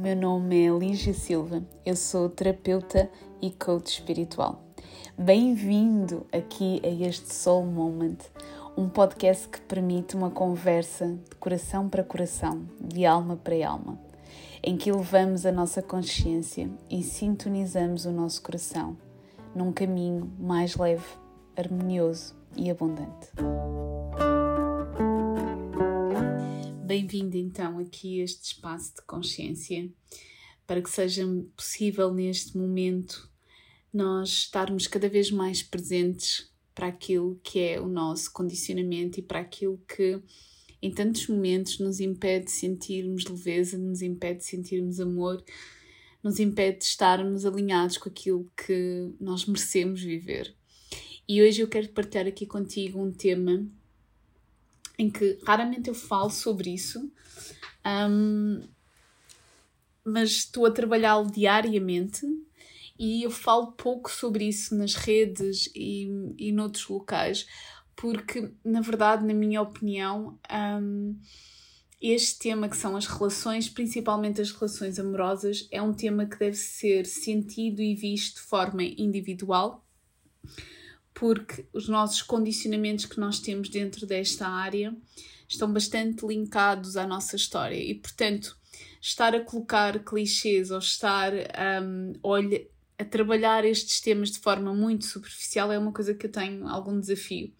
meu nome é Lígia Silva, eu sou terapeuta e coach espiritual. Bem-vindo aqui a este Soul Moment, um podcast que permite uma conversa de coração para coração, de alma para alma, em que elevamos a nossa consciência e sintonizamos o nosso coração num caminho mais leve, harmonioso e abundante. Bem-vindo então aqui a este espaço de consciência, para que seja possível neste momento nós estarmos cada vez mais presentes para aquilo que é o nosso condicionamento e para aquilo que em tantos momentos nos impede de sentirmos leveza, nos impede de sentirmos amor, nos impede de estarmos alinhados com aquilo que nós merecemos viver. E hoje eu quero partilhar aqui contigo um tema em que raramente eu falo sobre isso, mas estou a trabalhá-lo diariamente e eu falo pouco sobre isso nas redes e noutros locais, porque, na verdade, na minha opinião, este tema que são as relações, principalmente as relações amorosas, é um tema que deve ser sentido e visto de forma individual, porque os nossos condicionamentos que nós temos dentro desta área estão bastante linkados à nossa história e, portanto, estar a colocar clichês ou estar a trabalhar estes temas de forma muito superficial é uma coisa que eu tenho algum desafio.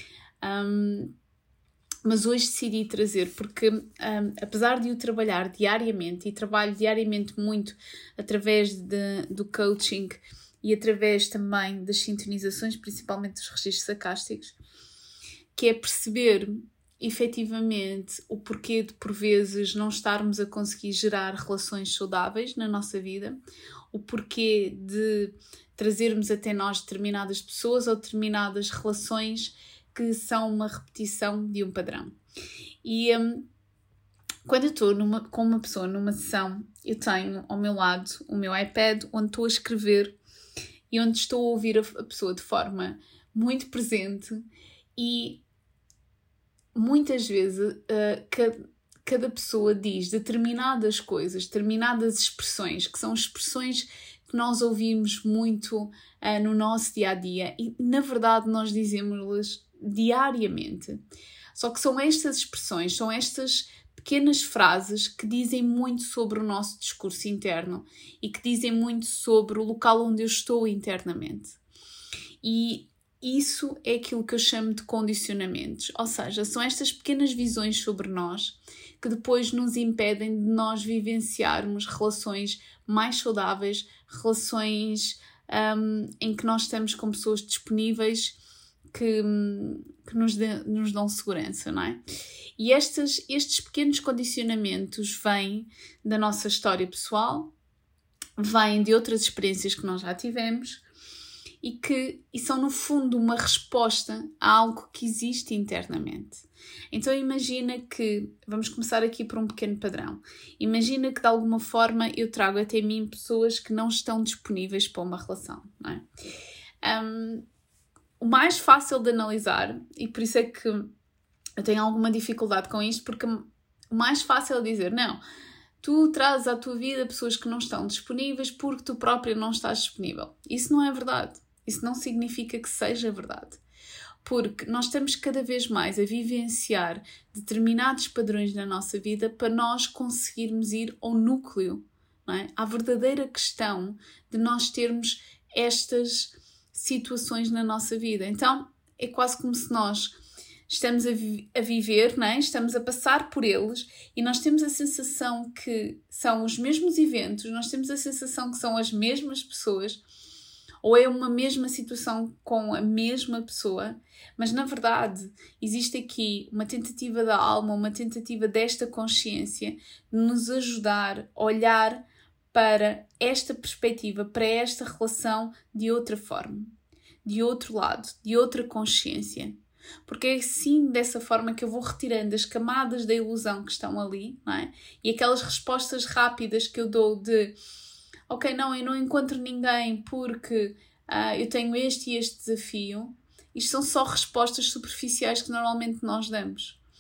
Mas hoje decidi trazer porque, apesar de o trabalhar diariamente, e trabalho diariamente muito através do coaching e através também das sintonizações, principalmente dos registros acásticos, que é perceber efetivamente o porquê de, por vezes, não estarmos a conseguir gerar relações saudáveis na nossa vida, o porquê de trazermos até nós determinadas pessoas ou determinadas relações que são uma repetição de um padrão. E quando eu estou com uma pessoa numa sessão, eu tenho ao meu lado o meu iPad, onde estou a escrever e onde estou a ouvir a pessoa de forma muito presente e muitas vezes cada pessoa diz determinadas coisas, determinadas expressões, que são expressões que nós ouvimos muito no nosso dia-a-dia e, na verdade, nós dizemos-las diariamente. Só que são estas expressões, são estas pequenas frases que dizem muito sobre o nosso discurso interno e que dizem muito sobre o local onde eu estou internamente. E isso é aquilo que eu chamo de condicionamentos, ou seja, são estas pequenas visões sobre nós que depois nos impedem de nós vivenciarmos relações mais saudáveis, relações em que nós estamos com pessoas disponíveis que nos dão segurança, não é? E estes pequenos condicionamentos vêm da nossa história pessoal, vêm de outras experiências que nós já tivemos e são, no fundo, uma resposta a algo que existe internamente. Então imagina que, vamos começar aqui por um pequeno padrão, imagina que de alguma forma eu trago até mim pessoas que não estão disponíveis para uma relação, não é? O mais fácil de analisar, e por isso é que eu tenho alguma dificuldade com isto, porque o mais fácil é dizer, não, tu trazes à tua vida pessoas que não estão disponíveis porque tu própria não estás disponível. Isso não é verdade. Isso não significa que seja verdade. Porque nós estamos cada vez mais a vivenciar determinados padrões na nossa vida para nós conseguirmos ir ao núcleo, não é? À verdadeira questão de nós termos estas situações na nossa vida. Então, é quase como se nós estamos a viver, não é? Estamos a passar por eles e nós temos a sensação que são os mesmos eventos, nós temos a sensação que são as mesmas pessoas, ou é uma mesma situação com a mesma pessoa, mas na verdade existe aqui uma tentativa da alma, uma tentativa desta consciência de nos ajudar a olhar para esta perspectiva, para esta relação de outra forma, de outro lado, de outra consciência. Porque é assim, dessa forma, que eu vou retirando as camadas da ilusão que estão ali, não é? E aquelas respostas rápidas que eu dou de ok, não, eu não encontro ninguém porque eu tenho este e este desafio. Isto são só respostas superficiais que normalmente nós damos.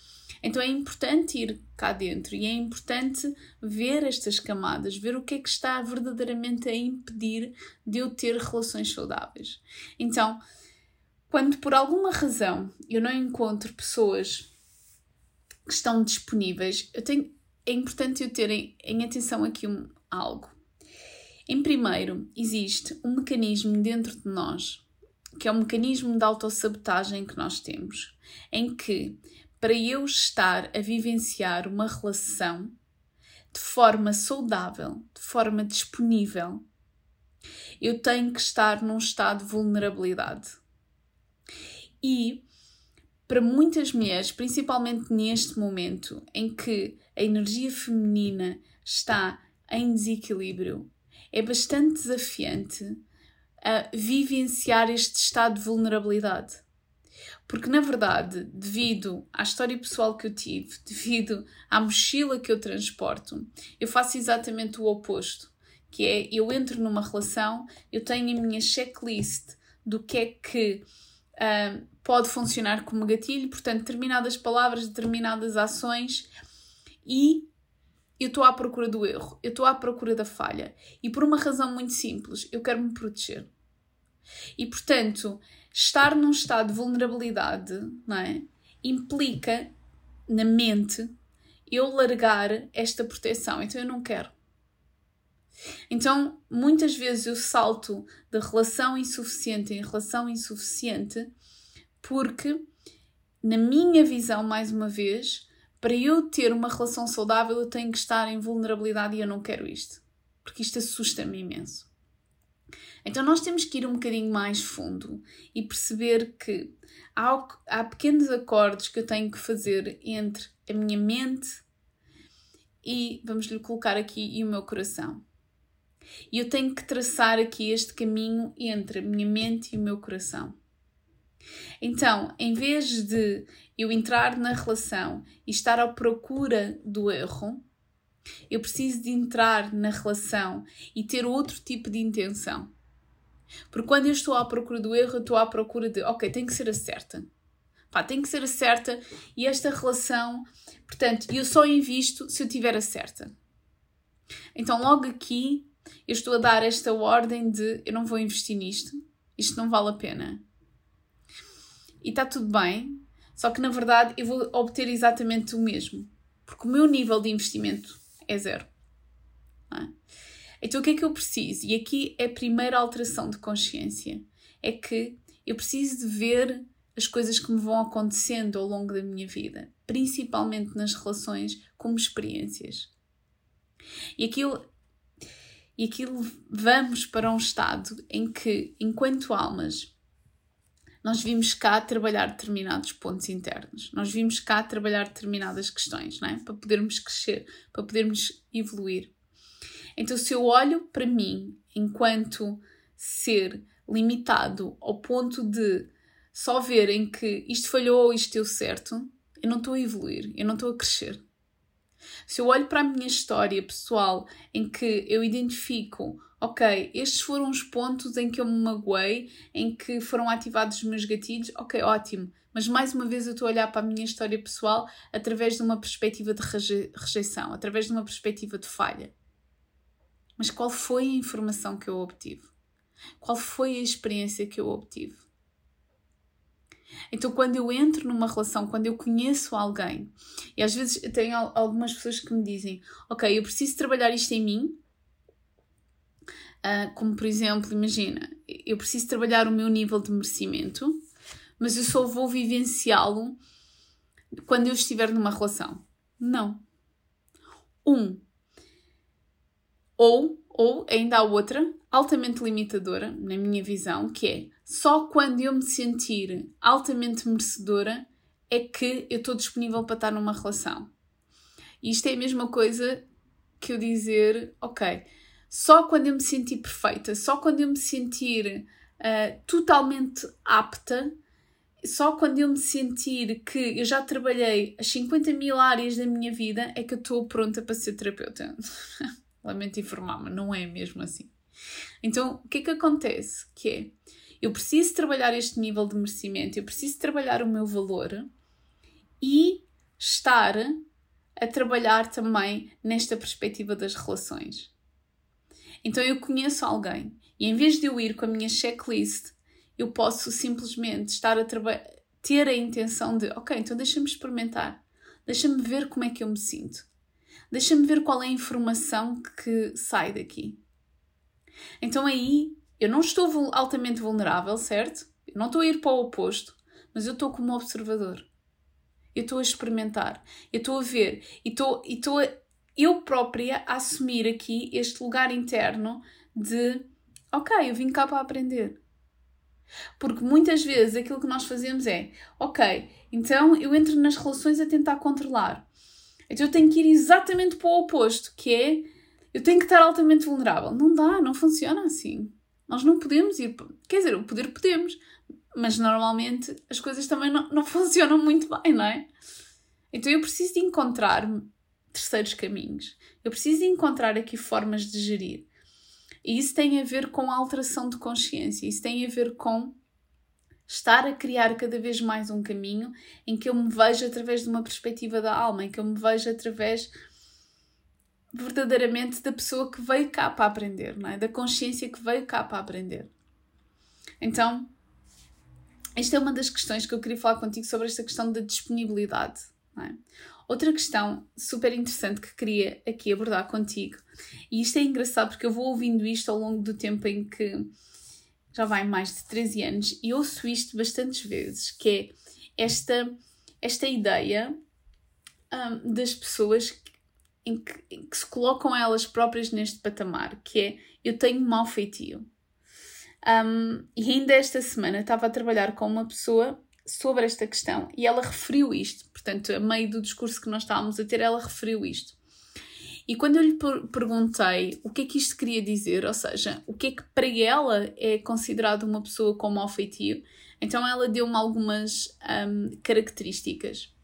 Então é importante ir cá dentro e é importante ver estas camadas, ver o que é que está verdadeiramente a impedir de eu ter relações saudáveis. Então, quando por alguma razão eu não encontro pessoas que estão disponíveis, é importante eu ter em atenção aqui algo. Em primeiro, existe um mecanismo dentro de nós, que é o mecanismo de autossabotagem que nós temos, em que, para eu estar a vivenciar uma relação de forma saudável, de forma disponível, eu tenho que estar num estado de vulnerabilidade. E para muitas mulheres, principalmente neste momento em que a energia feminina está em desequilíbrio, é bastante desafiante a vivenciar este estado de vulnerabilidade. Porque, na verdade, devido à história pessoal que eu tive, devido à mochila que eu transporto, eu faço exatamente o oposto, que é, eu entro numa relação, eu tenho a minha checklist do que é que pode funcionar como gatilho, portanto, determinadas palavras, determinadas ações, e eu estou à procura do erro, eu estou à procura da falha. E por uma razão muito simples, eu quero me proteger. E, portanto, estar num estado de vulnerabilidade, não é? Implica, na mente, eu largar esta proteção. Então, eu não quero. Então, muitas vezes eu salto de relação insuficiente em relação insuficiente porque, na minha visão, mais uma vez, para eu ter uma relação saudável eu tenho que estar em vulnerabilidade e eu não quero isto. Porque isto assusta-me imenso. Então nós temos que ir um bocadinho mais fundo e perceber que há pequenos acordos que eu tenho que fazer entre a minha mente e, vamos lhe colocar aqui, e o meu coração. E eu tenho que traçar aqui este caminho entre a minha mente e o meu coração. Então, em vez de eu entrar na relação e estar à procura do erro, eu preciso de entrar na relação e ter outro tipo de intenção. Porque quando eu estou à procura do erro, eu estou à procura de, ok, tem que ser a certa. Tem que ser a certa e esta relação, portanto, eu só invisto se eu tiver a certa. Então, logo aqui, eu estou a dar esta ordem de, eu não vou investir nisto, isto não vale a pena. E está tudo bem, só que na verdade eu vou obter exatamente o mesmo. Porque o meu nível de investimento é zero. Então o que é que eu preciso? E aqui é a primeira alteração de consciência. É que eu preciso de ver as coisas que me vão acontecendo ao longo da minha vida. Principalmente nas relações como experiências. E aquilo vamos para um estado em que, enquanto almas, nós vimos cá trabalhar determinados pontos internos. Nós vimos cá trabalhar determinadas questões, não é? Para podermos crescer, para podermos evoluir. Então, se eu olho para mim enquanto ser limitado ao ponto de só ver em que isto falhou ou isto deu certo, eu não estou a evoluir, eu não estou a crescer. Se eu olho para a minha história pessoal em que eu identifico, ok, estes foram os pontos em que eu me magoei, em que foram ativados os meus gatilhos, ok, ótimo. Mas mais uma vez eu estou a olhar para a minha história pessoal através de uma perspectiva de rejeição, através de uma perspectiva de falha. Mas qual foi a informação que eu obtive? Qual foi a experiência que eu obtive? Então, quando eu entro numa relação, quando eu conheço alguém, e às vezes eu tenho algumas pessoas que me dizem, ok, eu preciso trabalhar isto em mim, como por exemplo, imagina, eu preciso trabalhar o meu nível de merecimento, mas eu só vou vivenciá-lo quando eu estiver numa relação. Não. Ou ainda há outra, altamente limitadora, na minha visão, que é só quando eu me sentir altamente merecedora é que eu estou disponível para estar numa relação. E isto é a mesma coisa que eu dizer, ok, só quando eu me sentir perfeita, só quando eu me sentir totalmente apta, só quando eu me sentir que eu já trabalhei as 50 mil áreas da minha vida é que eu estou pronta para ser terapeuta. Lamento informar-me, não é mesmo assim. Então, o que é que acontece? Que é, eu preciso trabalhar este nível de merecimento, eu preciso trabalhar o meu valor e começar a trabalhar também nesta perspectiva das relações. Então eu conheço alguém e em vez de eu ir com a minha checklist, eu posso simplesmente estar a ter a intenção de, ok, então deixa-me experimentar, deixa-me ver como é que eu me sinto, deixa-me ver qual é a informação que sai daqui. Então aí eu não estou altamente vulnerável, certo? Eu não estou a ir para o oposto, mas eu estou como observador. Eu estou a experimentar, eu estou a ver e estou eu própria a assumir aqui este lugar interno de, ok, eu vim cá para aprender. Porque muitas vezes aquilo que nós fazemos é, ok, então eu entro nas relações a tentar controlar. Então eu tenho que ir exatamente para o oposto, que é, eu tenho que estar altamente vulnerável. Não dá, não funciona assim. Nós não podemos ir, quer dizer, o poder podemos, mas normalmente as coisas também não funcionam muito bem, não é? Então eu preciso de encontrar terceiros caminhos. Eu preciso de encontrar aqui formas de gerir. E isso tem a ver com a alteração de consciência. Isso tem a ver com estar a criar cada vez mais um caminho em que eu me vejo através de uma perspectiva da alma, em que eu me vejo através verdadeiramente da pessoa que veio cá para aprender, não é? Da consciência que veio cá para aprender. Então, esta é uma das questões que eu queria falar contigo sobre esta questão da disponibilidade, não é? Outra questão super interessante que queria aqui abordar contigo, e isto é engraçado porque eu vou ouvindo isto ao longo do tempo em que já vai mais de 13 anos e ouço isto bastantes vezes, que é esta ideia das pessoas em que se colocam elas próprias neste patamar, que é, eu tenho mau feitio. E ainda esta semana estava a trabalhar com uma pessoa sobre esta questão e ela referiu isto. Portanto, a meio do discurso que nós estávamos a ter, ela referiu isto. E quando eu lhe perguntei o que é que isto queria dizer, ou seja, o que é que para ela é considerado uma pessoa com mau feitio, então ela deu-me algumas características.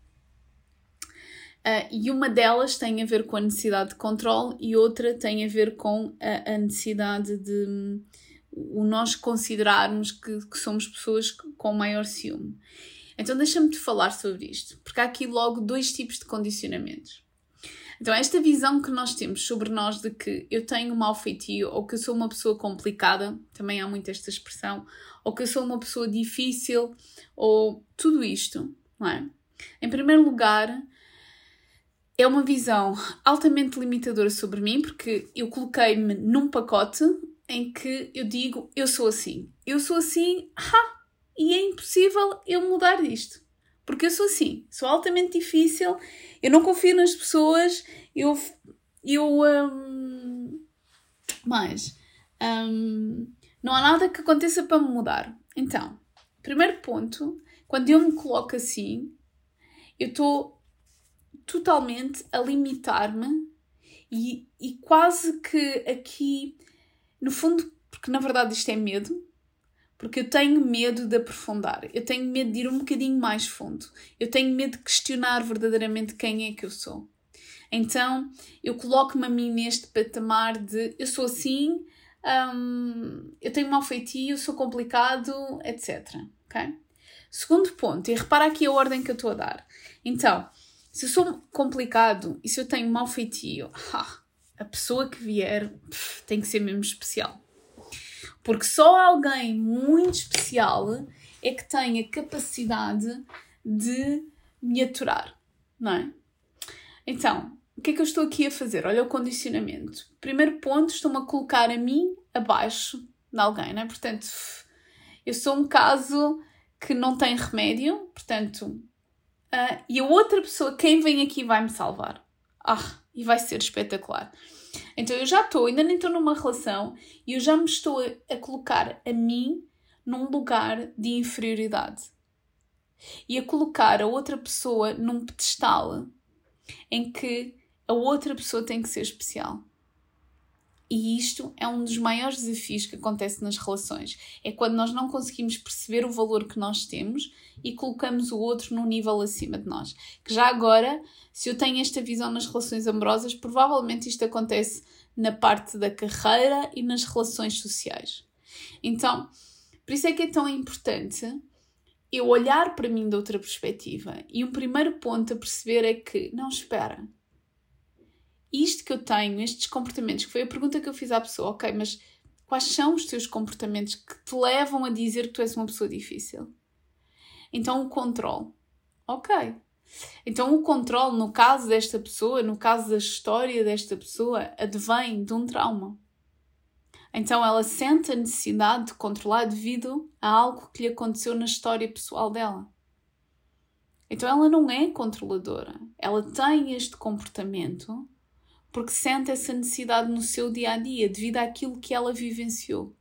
E uma delas tem a ver com a necessidade de controle e outra tem a ver com a necessidade de nós considerarmos que somos pessoas com maior ciúme. Então deixa-me-te falar sobre isto, porque há aqui logo dois tipos de condicionamentos. Então esta visão que nós temos sobre nós de que eu tenho mau feitio ou que eu sou uma pessoa complicada, também há muito esta expressão, ou que eu sou uma pessoa difícil, ou tudo isto, não é? Em primeiro lugar, é uma visão altamente limitadora sobre mim, porque eu coloquei-me num pacote em que eu digo, eu sou assim, e é impossível eu mudar disto. Porque eu sou assim, sou altamente difícil, eu não confio nas pessoas, não há nada que aconteça para me mudar. Então, primeiro ponto, quando eu me coloco assim, eu estou totalmente a limitar-me e quase que aqui, no fundo, porque na verdade isto é medo, porque eu tenho medo de aprofundar, eu tenho medo de ir um bocadinho mais fundo, eu tenho medo de questionar verdadeiramente quem é que eu sou. Então, eu coloco-me a mim neste patamar de eu sou assim, eu tenho mau feitio, eu sou complicado, etc. Okay? Segundo ponto, e repara aqui a ordem que eu estou a dar. Então, se eu sou complicado e se eu tenho mau feitio, a pessoa que vier tem que ser mesmo especial. Porque só alguém muito especial é que tem a capacidade de me aturar, não é? Então, o que é que eu estou aqui a fazer? Olha o condicionamento. Primeiro ponto, estou-me a colocar a mim abaixo de alguém, não é? Portanto, eu sou um caso que não tem remédio, portanto, e a outra pessoa, quem vem aqui vai me salvar. E vai ser espetacular. Então eu já ainda nem estou numa relação e eu já me estou a colocar a mim num lugar de inferioridade. E a colocar a outra pessoa num pedestal em que a outra pessoa tem que ser especial. E isto é um dos maiores desafios que acontece nas relações. É quando nós não conseguimos perceber o valor que nós temos e colocamos o outro num nível acima de nós. Que já agora, se eu tenho esta visão nas relações amorosas, provavelmente isto acontece na parte da carreira e nas relações sociais. Então, por isso é que é tão importante eu olhar para mim de outra perspectiva. E um primeiro ponto a perceber é que, não, espera, isto que eu tenho, estes comportamentos, que foi a pergunta que eu fiz à pessoa, ok, mas quais são os teus comportamentos que te levam a dizer que tu és uma pessoa difícil? Então o controle. Ok. Então o controle, no caso desta pessoa, no caso da história desta pessoa, advém de um trauma. Então ela sente a necessidade de controlar devido a algo que lhe aconteceu na história pessoal dela. Então ela não é controladora. Ela tem este comportamento porque sente essa necessidade no seu dia-a-dia devido àquilo que ela vivenciou.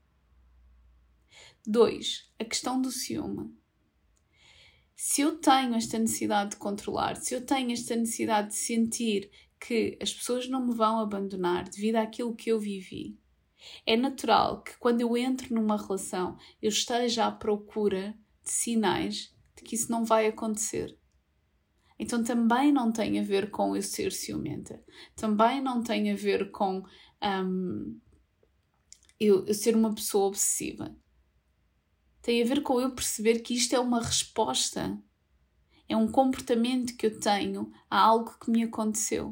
2. A questão do ciúme. Se eu tenho esta necessidade de controlar, se eu tenho esta necessidade de sentir que as pessoas não me vão abandonar devido àquilo que eu vivi, é natural que quando eu entro numa relação eu esteja à procura de sinais de que isso não vai acontecer. Então também não tem a ver com eu ser ciumenta. Também não tem a ver com eu ser uma pessoa obsessiva. Tem a ver com eu perceber que isto é uma resposta. É um comportamento que eu tenho a algo que me aconteceu.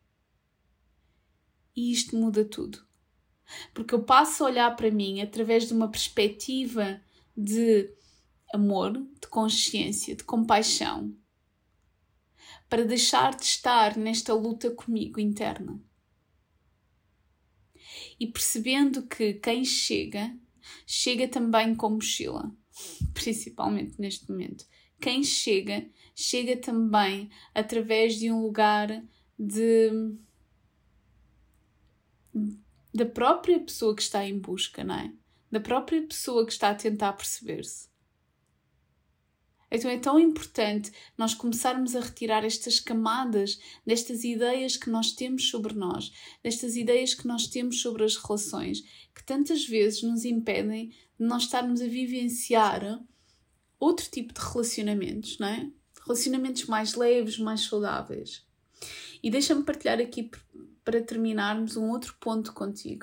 E isto muda tudo. Porque eu passo a olhar para mim através de uma perspectiva de amor, de consciência, de compaixão, para deixar de estar nesta luta comigo interna. E percebendo que quem chega também com mochila, principalmente neste momento. Quem chega também através de um lugar da própria pessoa que está em busca, não é? Da própria pessoa que está a tentar perceber-se. Então é tão importante nós começarmos a retirar estas camadas destas ideias que nós temos sobre nós, destas ideias que nós temos sobre as relações, que tantas vezes nos impedem de nós estarmos a vivenciar outro tipo de relacionamentos, não é? Relacionamentos mais leves, mais saudáveis. E deixa-me partilhar aqui, para terminarmos, um outro ponto contigo.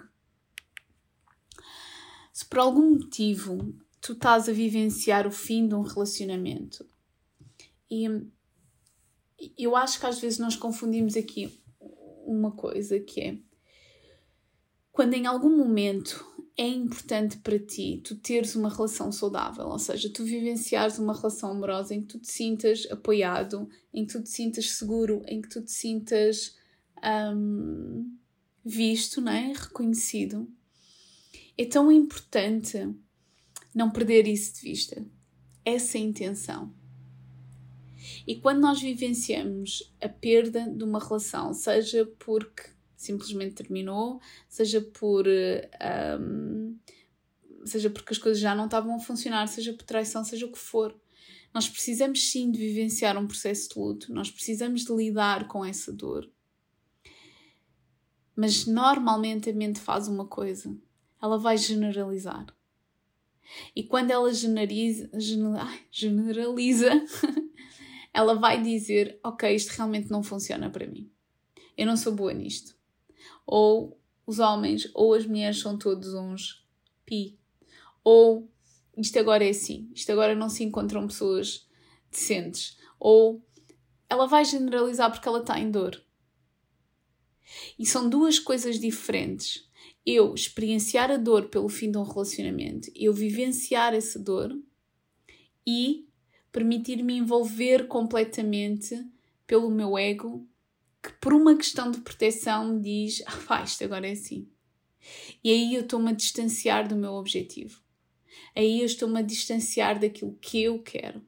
Se por algum motivo tu estás a vivenciar o fim de um relacionamento, e eu acho que às vezes nós confundimos aqui uma coisa, que é quando em algum momento é importante para ti tu teres uma relação saudável, ou seja, tu vivenciares uma relação amorosa em que tu te sintas apoiado, em que tu te sintas seguro, em que tu te sintas visto, não é? Reconhecido. É tão importante não perder isso de vista, essa intenção. E quando nós vivenciamos a perda de uma relação, seja porque simplesmente terminou, seja porque as coisas já não estavam a funcionar, seja por traição, seja o que for, nós precisamos sim de vivenciar um processo de luto, nós precisamos de lidar com essa dor. Mas normalmente a mente faz uma coisa, ela vai generalizar. E quando ela generaliza, ela vai dizer, ok, isto realmente não funciona para mim. Eu não sou boa nisto. Ou os homens ou as mulheres são todos uns pi. Ou isto agora é assim. Isto agora não se encontram pessoas decentes. Ou ela vai generalizar porque ela está em dor. E são duas coisas diferentes. Eu experienciar a dor pelo fim de um relacionamento, eu vivenciar essa dor e permitir-me envolver completamente pelo meu ego, que por uma questão de proteção me diz, isto agora é assim. E aí eu estou-me a distanciar do meu objetivo. Aí eu estou-me a distanciar daquilo que eu quero.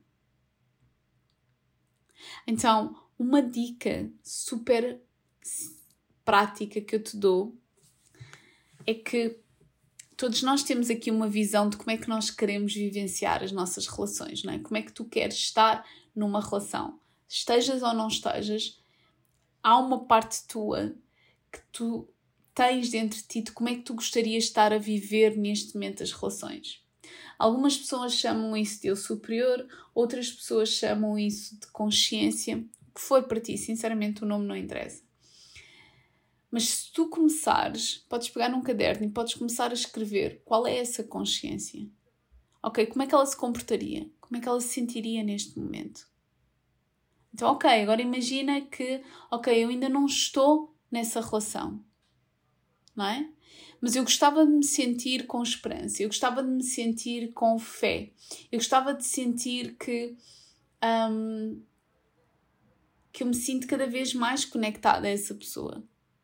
Então, uma dica super prática que eu te dou é que todos nós temos aqui uma visão de como é que nós queremos vivenciar as nossas relações, não é? Como é que tu queres estar numa relação. Estejas ou não estejas, há uma parte tua que tu tens dentro de ti de como é que tu gostarias de estar a viver neste momento as relações. Algumas pessoas chamam isso de eu superior, outras pessoas chamam isso de consciência. O que for para ti, sinceramente o nome não interessa. Mas se tu começares, podes pegar num caderno e podes começar a escrever qual é essa consciência. Ok, como é que ela se comportaria? Como é que ela se sentiria neste momento? Então, ok, agora imagina que, eu ainda não estou nessa relação, não é? Mas eu gostava de me sentir com esperança, eu gostava de me sentir com fé, eu gostava de sentir que eu me sinto cada vez mais conectada a essa pessoa.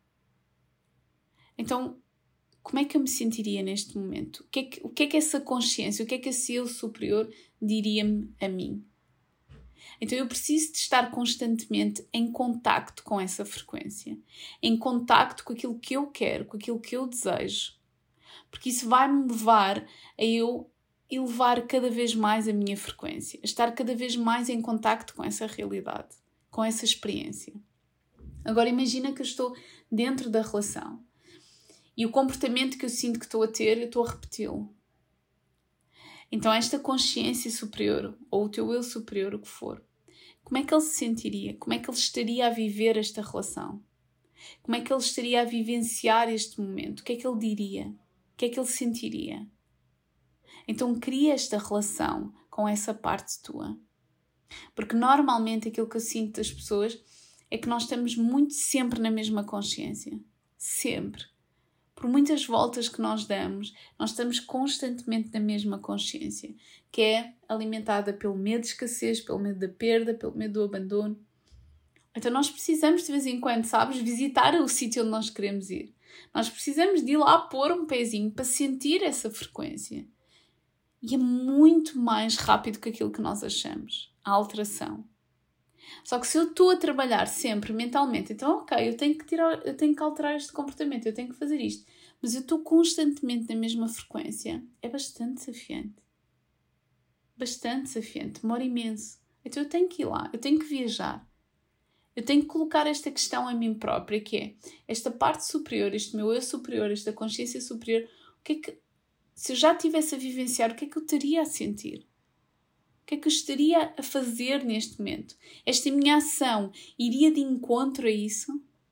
Então, como é que eu me sentiria neste momento? O que é que essa consciência, o que é que esse eu superior diria-me a mim? Então eu preciso de estar constantemente em contacto com essa frequência, em contacto com aquilo que eu quero, com aquilo que eu desejo, porque isso vai-me levar a eu elevar cada vez mais a minha frequência, a estar cada vez mais em contacto com essa realidade, com essa experiência. Agora imagina que eu estou dentro da relação e o comportamento que eu sinto que estou a ter, eu estou a repeti-lo. Então esta consciência superior, ou o teu eu superior, o que for, como é que ele se sentiria? Como é que ele estaria a viver esta relação? Como é que ele estaria a vivenciar este momento? O que é que ele diria? O que é que ele sentiria? Então cria esta relação com essa parte tua. Porque normalmente aquilo que eu sinto das pessoas é que nós estamos muito sempre na mesma consciência. Sempre. Por muitas voltas que nós damos, nós estamos constantemente na mesma consciência, que é alimentada pelo medo de escassez, pelo medo da perda, pelo medo do abandono. Então nós precisamos de vez em quando, sabes, visitar o sítio onde nós queremos ir. Nós precisamos de ir lá pôr um pezinho para sentir essa frequência. E é muito mais rápido que aquilo que nós achamos, a alteração. Só que se eu estou a trabalhar sempre mentalmente, então ok, eu tenho que alterar este comportamento, eu tenho que fazer isto, mas eu estou constantemente na mesma frequência, é bastante desafiante. Bastante desafiante, demora imenso. Então eu tenho que ir lá, eu tenho que viajar. Eu tenho que colocar esta questão a mim própria, que é esta parte superior, este meu eu superior, esta consciência superior, o que é que, se eu já estivesse a vivenciar, o que é que eu estaria a sentir? O que é que eu estaria a fazer neste momento? Esta minha ação iria de encontro a isso?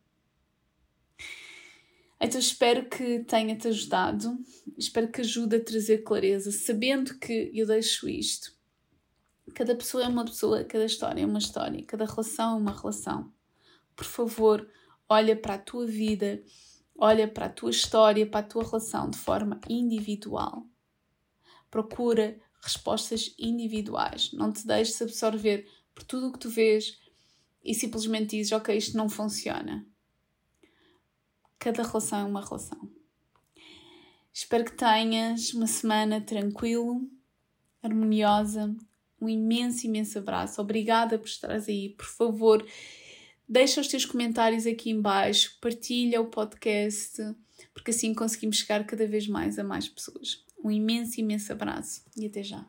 Então espero que tenha-te ajudado. Espero que ajude a trazer clareza, sabendo que eu deixo isto. Cada pessoa é uma pessoa, cada história é uma história, cada relação é uma relação. Por favor, olha para a tua vida, olha para a tua história, para a tua relação de forma individual. Procura respostas individuais. Não te deixes absorver por tudo o que tu vês e simplesmente dizes, ok, isto não funciona. Cada relação é uma relação. Espero que tenhas uma semana tranquila, harmoniosa. Um imenso abraço. Obrigada por estares aí. Por favor, deixa os teus comentários aqui em baixo. Partilha o podcast, porque assim conseguimos chegar cada vez mais a mais pessoas. Um imenso abraço e até já.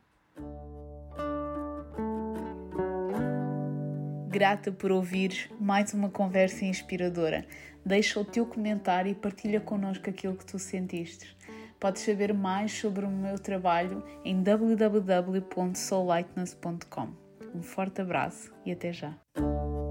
Grata por ouvires mais uma conversa inspiradora. Deixa o teu comentário e partilha connosco aquilo que tu sentiste. Podes saber mais sobre o meu trabalho em www.soullightness.com. Um forte abraço e até já.